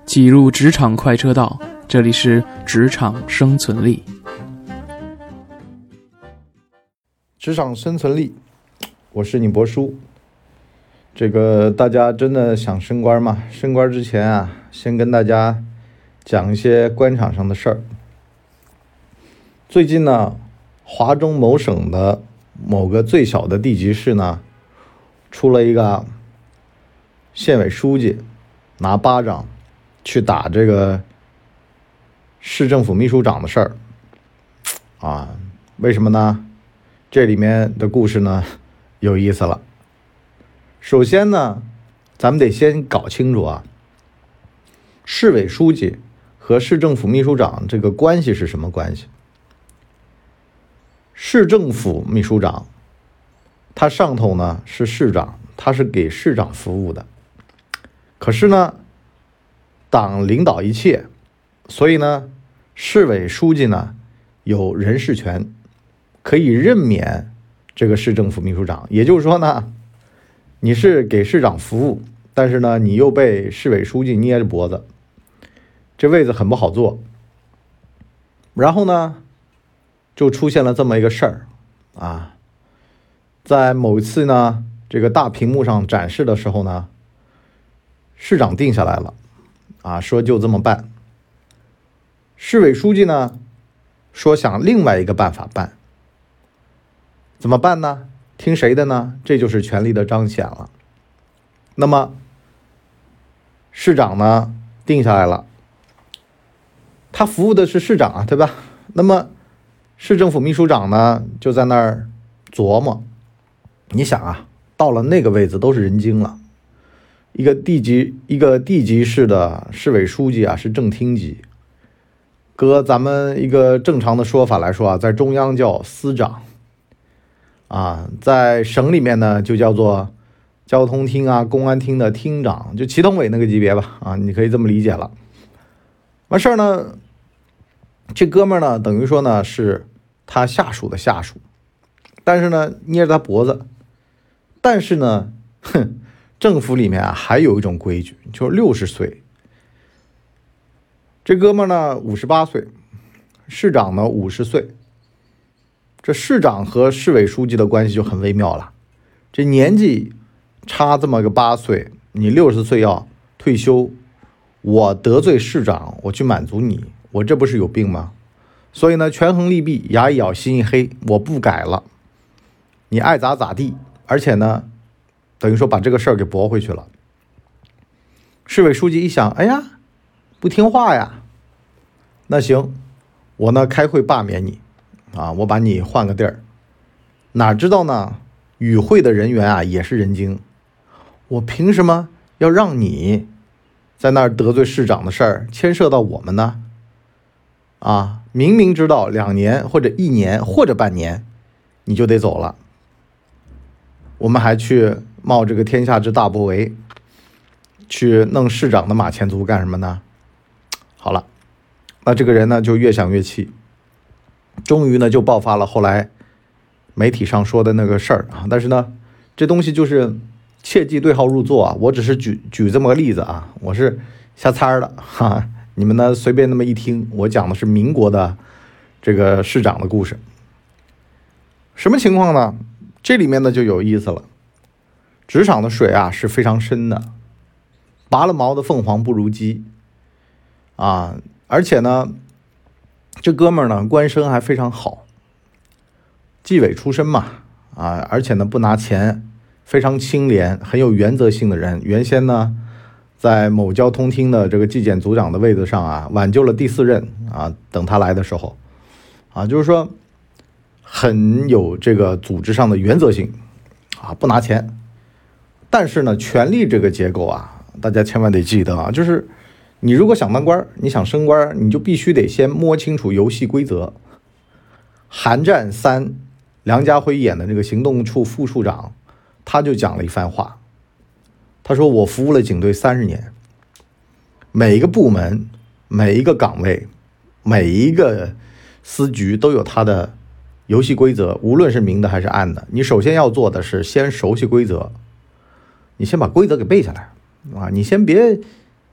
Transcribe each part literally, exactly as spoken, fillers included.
挤入职场快车道，这里是职场生存力。 职场生存力，我是你博叔。这个大家真的想升官吗？升官之前啊，先跟大家讲一些官场上的事儿。最近呢，华中某省的某个最小的地级市呢，出了一个县委书记拿巴掌去打这个市政府秘书长的事儿啊。为什么呢？这里面的故事呢有意思了。首先呢，咱们得先搞清楚啊，市委书记和市政府秘书长这个关系是什么关系。市政府秘书长他上头呢是市长，他是给市长服务的。可是呢，党领导一切，所以呢，市委书记呢有人事权，可以任免这个市政府秘书长。也就是说呢，你是给市长服务，但是呢，你又被市委书记捏着脖子，这位子很不好做。然后呢，就出现了这么一个事儿啊，在某一次呢，这个大屏幕上展示的时候呢，市长定下来了啊，说就这么办。市委书记呢，说想另外一个办法办。怎么办呢？听谁的呢？这就是权力的彰显了。那么市长呢定下来了，他服务的是市长啊，对吧？那么市政府秘书长呢就在那儿琢磨。你想啊，到了那个位置都是人精了，一个地级一个地级市的市委书记啊是正厅级，搁咱们一个正常的说法来说啊，在中央叫司长啊，在省里面呢就叫做交通厅啊、公安厅的厅长，就祁同伟那个级别吧啊，你可以这么理解了。完事儿呢，这哥们儿呢等于说呢是他下属的下属，但是呢捏着他脖子。但是呢，哼，政府里面啊还有一种规矩，就是六十岁。这哥们儿呢五十八岁，市长呢五十岁。这市长和市委书记的关系就很微妙了。这年纪差这么个八岁，你六十岁要退休，我得罪市长，我去满足你，我这不是有病吗？所以呢，权衡利弊，牙一咬，心一黑，我不改了，你爱咋咋地。而且呢，等于说把这个事儿给驳回去了。市委书记一想，哎呀，不听话呀，那行，我呢开会罢免你啊，我把你换个地儿。哪知道呢，与会的人员啊也是人精，我凭什么要让你在那儿得罪市长的事儿牵涉到我们呢？啊，明明知道两年或者一年或者半年你就得走了，我们还去冒这个天下之大不韪，去弄市长的马前卒干什么呢？好了，那这个人呢就越想越气，终于呢就爆发了后来媒体上说的那个事儿啊。但是呢，这东西就是切忌对号入座啊，我只是举举这么个例子啊，我是瞎猜的哈。你们呢随便那么一听，我讲的是民国的这个市长的故事。什么情况呢？这里面呢就有意思了。职场的水啊是非常深的，拔了毛的凤凰不如鸡啊！而且呢，这哥们儿呢官声还非常好，纪委出身嘛啊！而且呢不拿钱，非常清廉，很有原则性的人。原先呢在某交通厅的这个纪检组长的位子上啊，挽救了第四任啊。等他来的时候啊，就是说很有这个组织上的原则性啊，不拿钱。但是呢，权力这个结构啊，大家千万得记得啊，就是你如果想当官，你想升官，你就必须得先摸清楚游戏规则。寒战三，梁家辉演的这个行动处副处长，他就讲了一番话。他说：“我服务了警队三十年，每一个部门、每一个岗位、每一个司局都有他的游戏规则，无论是明的还是暗的。你首先要做的是先熟悉规则，你先把规则给背下来啊！你先别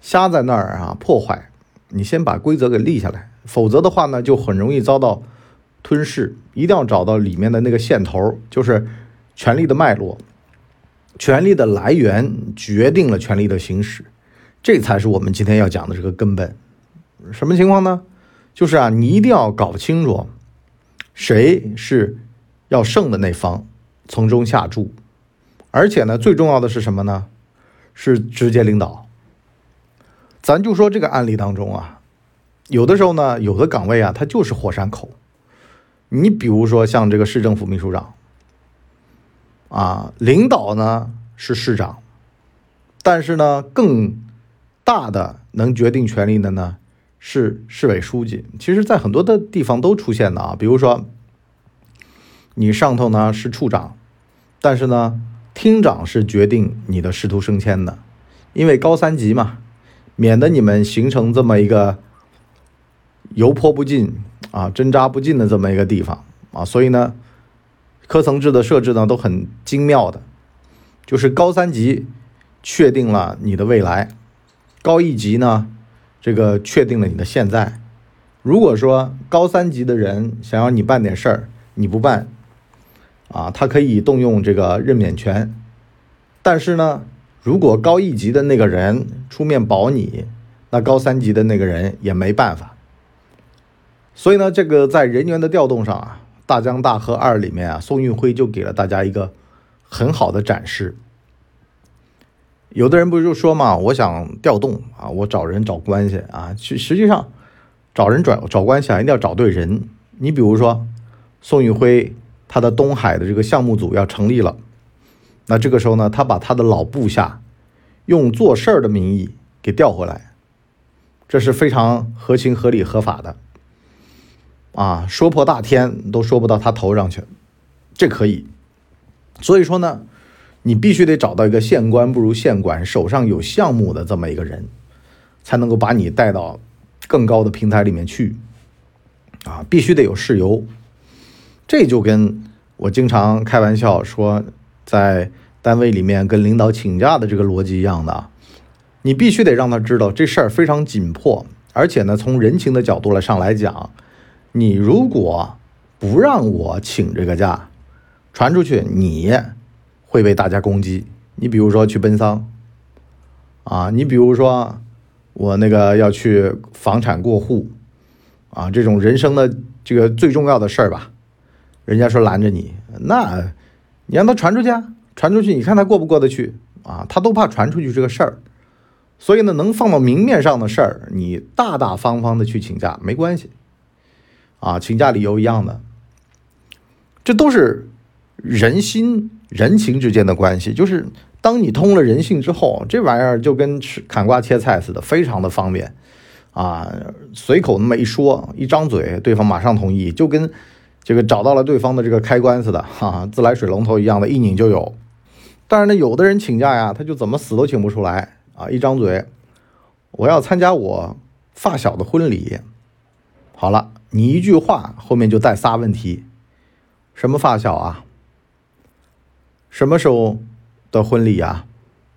瞎在那儿啊破坏，你先把规则给立下来，否则的话呢，就很容易遭到吞噬。一定要找到里面的那个线头，就是权力的脉络，权力的来源决定了权力的行使，这才是我们今天要讲的这个根本。什么情况呢？就是啊，你一定要搞清楚谁是要胜的那方，从中下注。而且呢，最重要的是什么呢？是直接领导。咱就说这个案例当中啊，有的时候呢，有的岗位啊，它就是火山口。你比如说像这个市政府秘书长啊，领导呢是市长，但是呢，更大的能决定权力的呢是市委书记。其实在很多的地方都出现的啊，比如说你上头呢是处长，但是呢厅长是决定你的仕途升迁的，因为高三级嘛，免得你们形成这么一个油泼不进啊针扎不进的这么一个地方啊，所以呢科层制的设置呢都很精妙的，就是高三级确定了你的未来，高一级呢这个确定了你的现在。如果说高三级的人想要你办点事儿，你不办啊，他可以动用这个任免权。但是呢，如果高一级的那个人出面保你，那高三级的那个人也没办法。所以呢，这个在人员的调动上啊，《大江大河二》里面啊，宋运辉就给了大家一个很好的展示。有的人不是就说嘛，我想调动啊，我找人找关系啊，实实际上找人找找关系啊，一定要找对人。你比如说宋运辉，他的东海的这个项目组要成立了，那这个时候呢，他把他的老部下用做事儿的名义给调回来，这是非常合情合理合法的啊，说破大天都说不到他头上去，这可以。所以说呢，你必须得找到一个县官不如县管，手上有项目的这么一个人，才能够把你带到更高的平台里面去啊，必须得有事由。这就跟我经常开玩笑说，在单位里面跟领导请假的这个逻辑一样的啊，你必须得让他知道这事儿非常紧迫，而且呢，从人情的角度来上来讲，你如果不让我请这个假，传出去你会被大家攻击。你比如说去奔丧啊，你比如说我那个要去房产过户啊，这种人生的这个最重要的事儿吧，人家说拦着你，那你让他传出去啊，传出去你看他过不过得去啊，他都怕传出去这个事儿。所以呢，能放到明面上的事儿，你大大方方的去请假没关系啊，请假理由一样的，这都是人心人情之间的关系。就是当你通了人性之后，这玩意儿就跟吃砍瓜切菜似的，非常的方便啊，随口那么一说，一张嘴，对方马上同意，就跟这个找到了对方的这个开关似的，哈、啊，自来水龙头一样的，一拧就有。但是呢，有的人请假呀，他就怎么死都请不出来啊，一张嘴，我要参加我发小的婚礼。好了，你一句话后面就带仨问题，什么发小啊？什么时候的婚礼啊？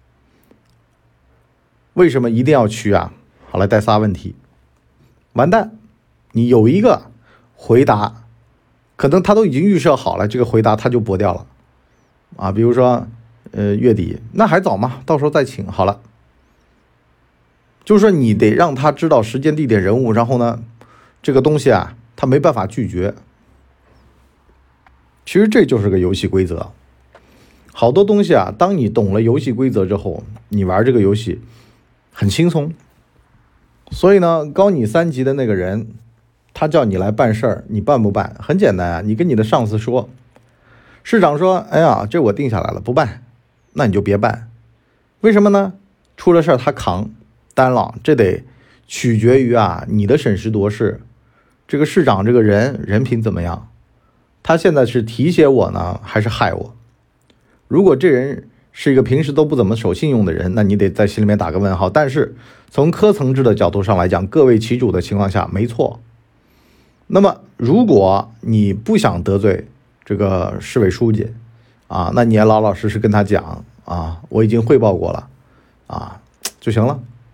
为什么一定要去啊？好了，带仨问题，完蛋，你有一个回答，可能他都已经预设好了，这个回答他就驳掉了啊。比如说，呃，月底那还早嘛，到时候再请。好了，就是说你得让他知道时间、地点、人物，然后呢，这个东西啊，他没办法拒绝。其实这就是个游戏规则。好多东西啊，当你懂了游戏规则之后，你玩这个游戏很轻松。所以呢，高你三级的那个人，他叫你来办事儿，你办不办？很简单啊，你跟你的上司说，市长说，哎呀，这我定下来了，不办，那你就别办。为什么呢？出了事儿他扛担了，这得取决于啊你的审时度势，这个市长这个人人品怎么样，他现在是提携我呢，还是害我？如果这人是一个平时都不怎么守信用的人，那你得在心里面打个问号。但是从科层制的角度上来讲，各为其主的情况下，没错。那么如果你不想得罪这个市委书记啊，那你也老老实实跟他讲啊，我已经汇报过了啊就行了，是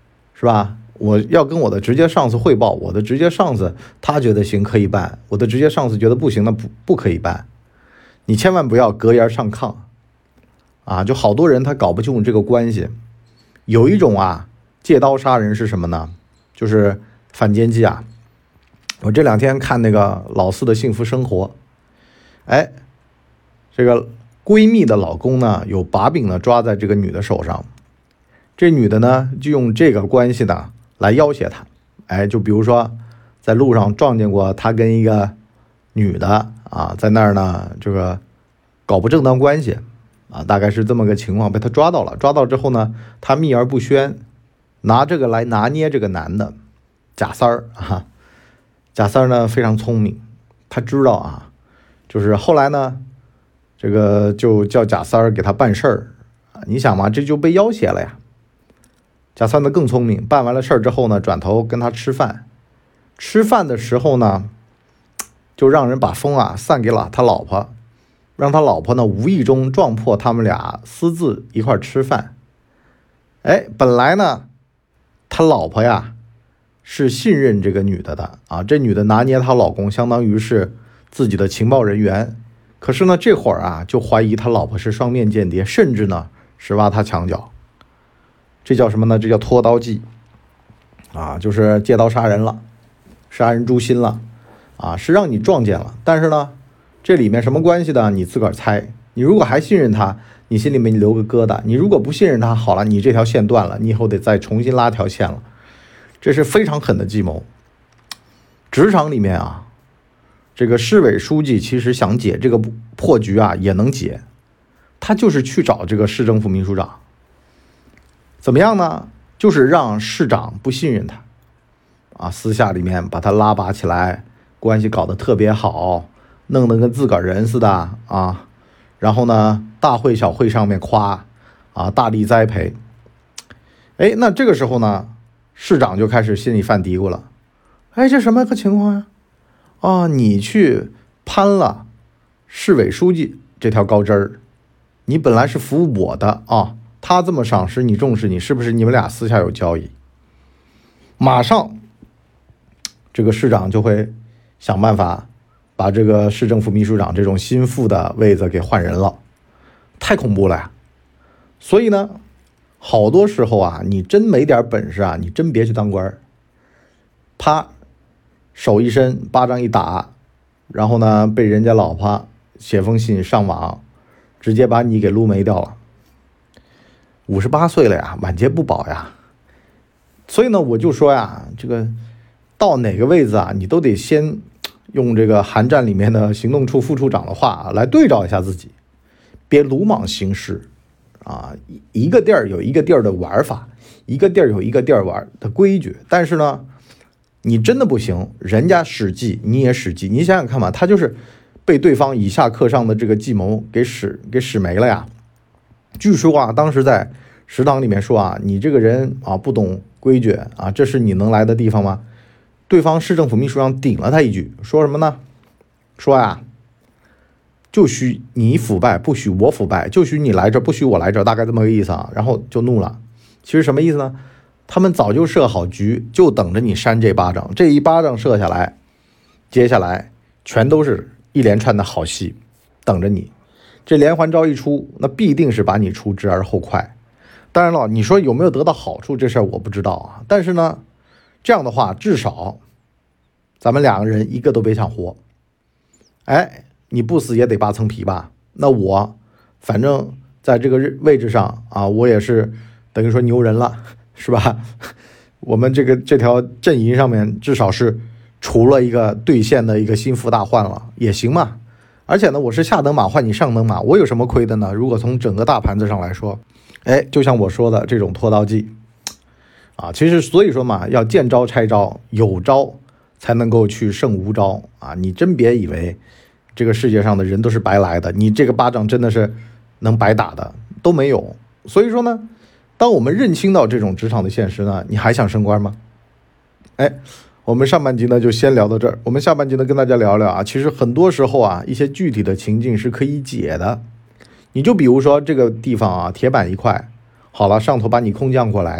是吧？我要跟我的直接上司汇报，我的直接上司他觉得行可以办，我的直接上司觉得不行，那不不可以办。你千万不要隔檐上炕啊！就好多人他搞不清楚这个关系。有一种啊借刀杀人是什么呢？就是反间计啊。我这两天看那个老四的幸福生活，哎，这个闺蜜的老公呢有把柄呢抓在这个女的手上，这女的呢就用这个关系呢来要挟他。哎，就比如说在路上撞见过他跟一个女的啊在那儿呢这个搞不正当关系啊，大概是这么个情况，被他抓到了。抓到之后呢，他秘而不宣，拿这个来拿捏这个男的贾三儿啊。贾三儿呢非常聪明，他知道啊，就是后来呢，这个就叫贾三儿给他办事儿啊。你想嘛，这就被要挟了呀。贾三呢更聪明，办完了事儿之后呢，转头跟他吃饭。吃饭的时候呢，就让人把风啊散给了他老婆，让他老婆呢无意中撞破他们俩私自一块吃饭。哎，本来呢，他老婆呀是信任这个女的的啊，这女的拿捏她老公，相当于是自己的情报人员。可是呢，这会儿啊就怀疑他老婆是双面间谍，甚至呢是挖他墙角。这叫什么呢？这叫拖刀计啊，就是借刀杀人了，杀人诛心了啊，是让你撞见了。但是呢，这里面什么关系的，你自个儿猜。你如果还信任他，你心里面留个疙瘩；你如果不信任他，好了，你这条线断了，你以后得再重新拉条线了。这是非常狠的计谋。职场里面啊，这个市委书记其实想解这个破局啊，也能解。他就是去找这个市政府秘书长，怎么样呢？就是让市长不信任他，啊，私下里面把他拉拔起来，关系搞得特别好，弄得跟自个儿人似的啊。然后呢，大会小会上面夸啊，大力栽培。哎，那这个时候呢，市长就开始心里犯嘀咕了。哎，这什么个情况呀？啊，你去攀了市委书记这条高枝儿，你本来是服务我的啊，他这么赏识你重视你，是不是你们俩私下有交易？马上这个市长就会想办法把这个市政府秘书长这种心腹的位子给换人了，太恐怖了呀！所以呢，好多时候啊，你真没点本事啊，你真别去当官。啪，手一伸，巴掌一打，然后呢，被人家老婆写封信上网，直接把你给撸没掉了。五十八岁了呀，晚节不保呀。所以呢，我就说呀，这个到哪个位置啊，你都得先用这个韩战里面的行动处副处长的话来对照一下自己，别鲁莽行事啊。一个地儿有一个地儿的玩法，一个地儿有一个地儿玩的规矩。但是呢，你真的不行，人家使计你也使计，你想想看嘛，他就是被对方以下克上的这个计谋给使给使没了呀。据说啊，当时在食堂里面说啊，你这个人啊不懂规矩啊，这是你能来的地方吗？对方市政府秘书长顶了他一句，说什么呢？说呀，就许你腐败，不许我腐败；就许你来这，不许我来这，大概这么个意思啊。然后就怒了。其实什么意思呢？他们早就设好局，就等着你扇这巴掌。这一巴掌射下来，接下来全都是一连串的好戏等着你。这连环招一出，那必定是把你除之而后快。当然了，你说有没有得到好处这事儿我不知道啊。但是呢，这样的话至少咱们两个人一个都别想活。哎，你不死也得扒层皮吧？那我反正在这个位置上啊，我也是等于说牛人了，是吧？我们这个这条阵营上面至少是除了一个兑现的一个心腹大患了，也行嘛。而且呢，我是下等马换你上等马，我有什么亏的呢？如果从整个大盘子上来说，哎，就像我说的这种拖刀计啊，其实所以说嘛，要见招拆招，有招才能够去胜无招啊！你真别以为这个世界上的人都是白来的，你这个巴掌真的是能白打的，都没有。所以说呢，当我们认清到这种职场的现实呢，你还想升官吗？哎，我们上半集呢就先聊到这儿，我们下半集呢跟大家聊聊啊，其实很多时候啊，一些具体的情境是可以解的。你就比如说这个地方啊，铁板一块，好了，上头把你空降过来，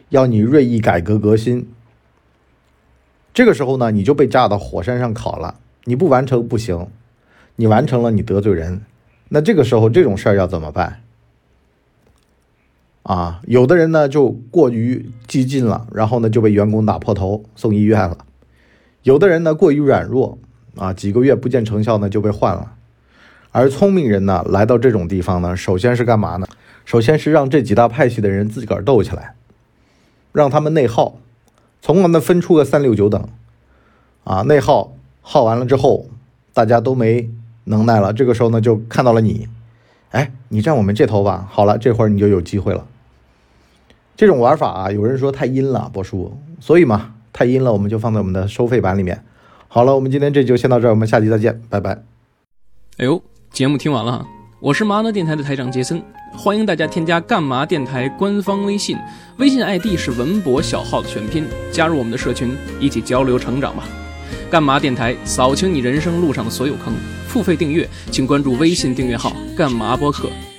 要你锐意改革革新。这个时候呢，你就被炸到火山上烤了，你不完成不行，你完成了你得罪人，那这个时候这种事儿要怎么办？啊，有的人呢就过于激进了，然后呢就被员工打破头送医院了；有的人呢过于软弱，啊，几个月不见成效呢就被换了。而聪明人呢来到这种地方呢，首先是干嘛呢？首先是让这几大派系的人自个儿斗起来，让他们内耗，从而呢分出个三六九等，啊，内耗耗完了之后，大家都没能耐了，这个时候呢就看到了你，哎，你站我们这头吧，好了，这会儿你就有机会了。这种玩法啊，有人说太阴了，波叔，所以嘛，太阴了，我们就放在我们的收费版里面。好了，我们今天这就先到这儿，我们下期再见，拜拜。 哎呦，节目听完了哈，我是麻辣电台的台长杰森，欢迎大家添加干嘛电台官方微信，微信 I D 是文博小号的全拼，加入我们的社群，一起交流成长吧。干嘛电台扫清你人生路上的所有坑，付费订阅请关注微信订阅号干嘛播客。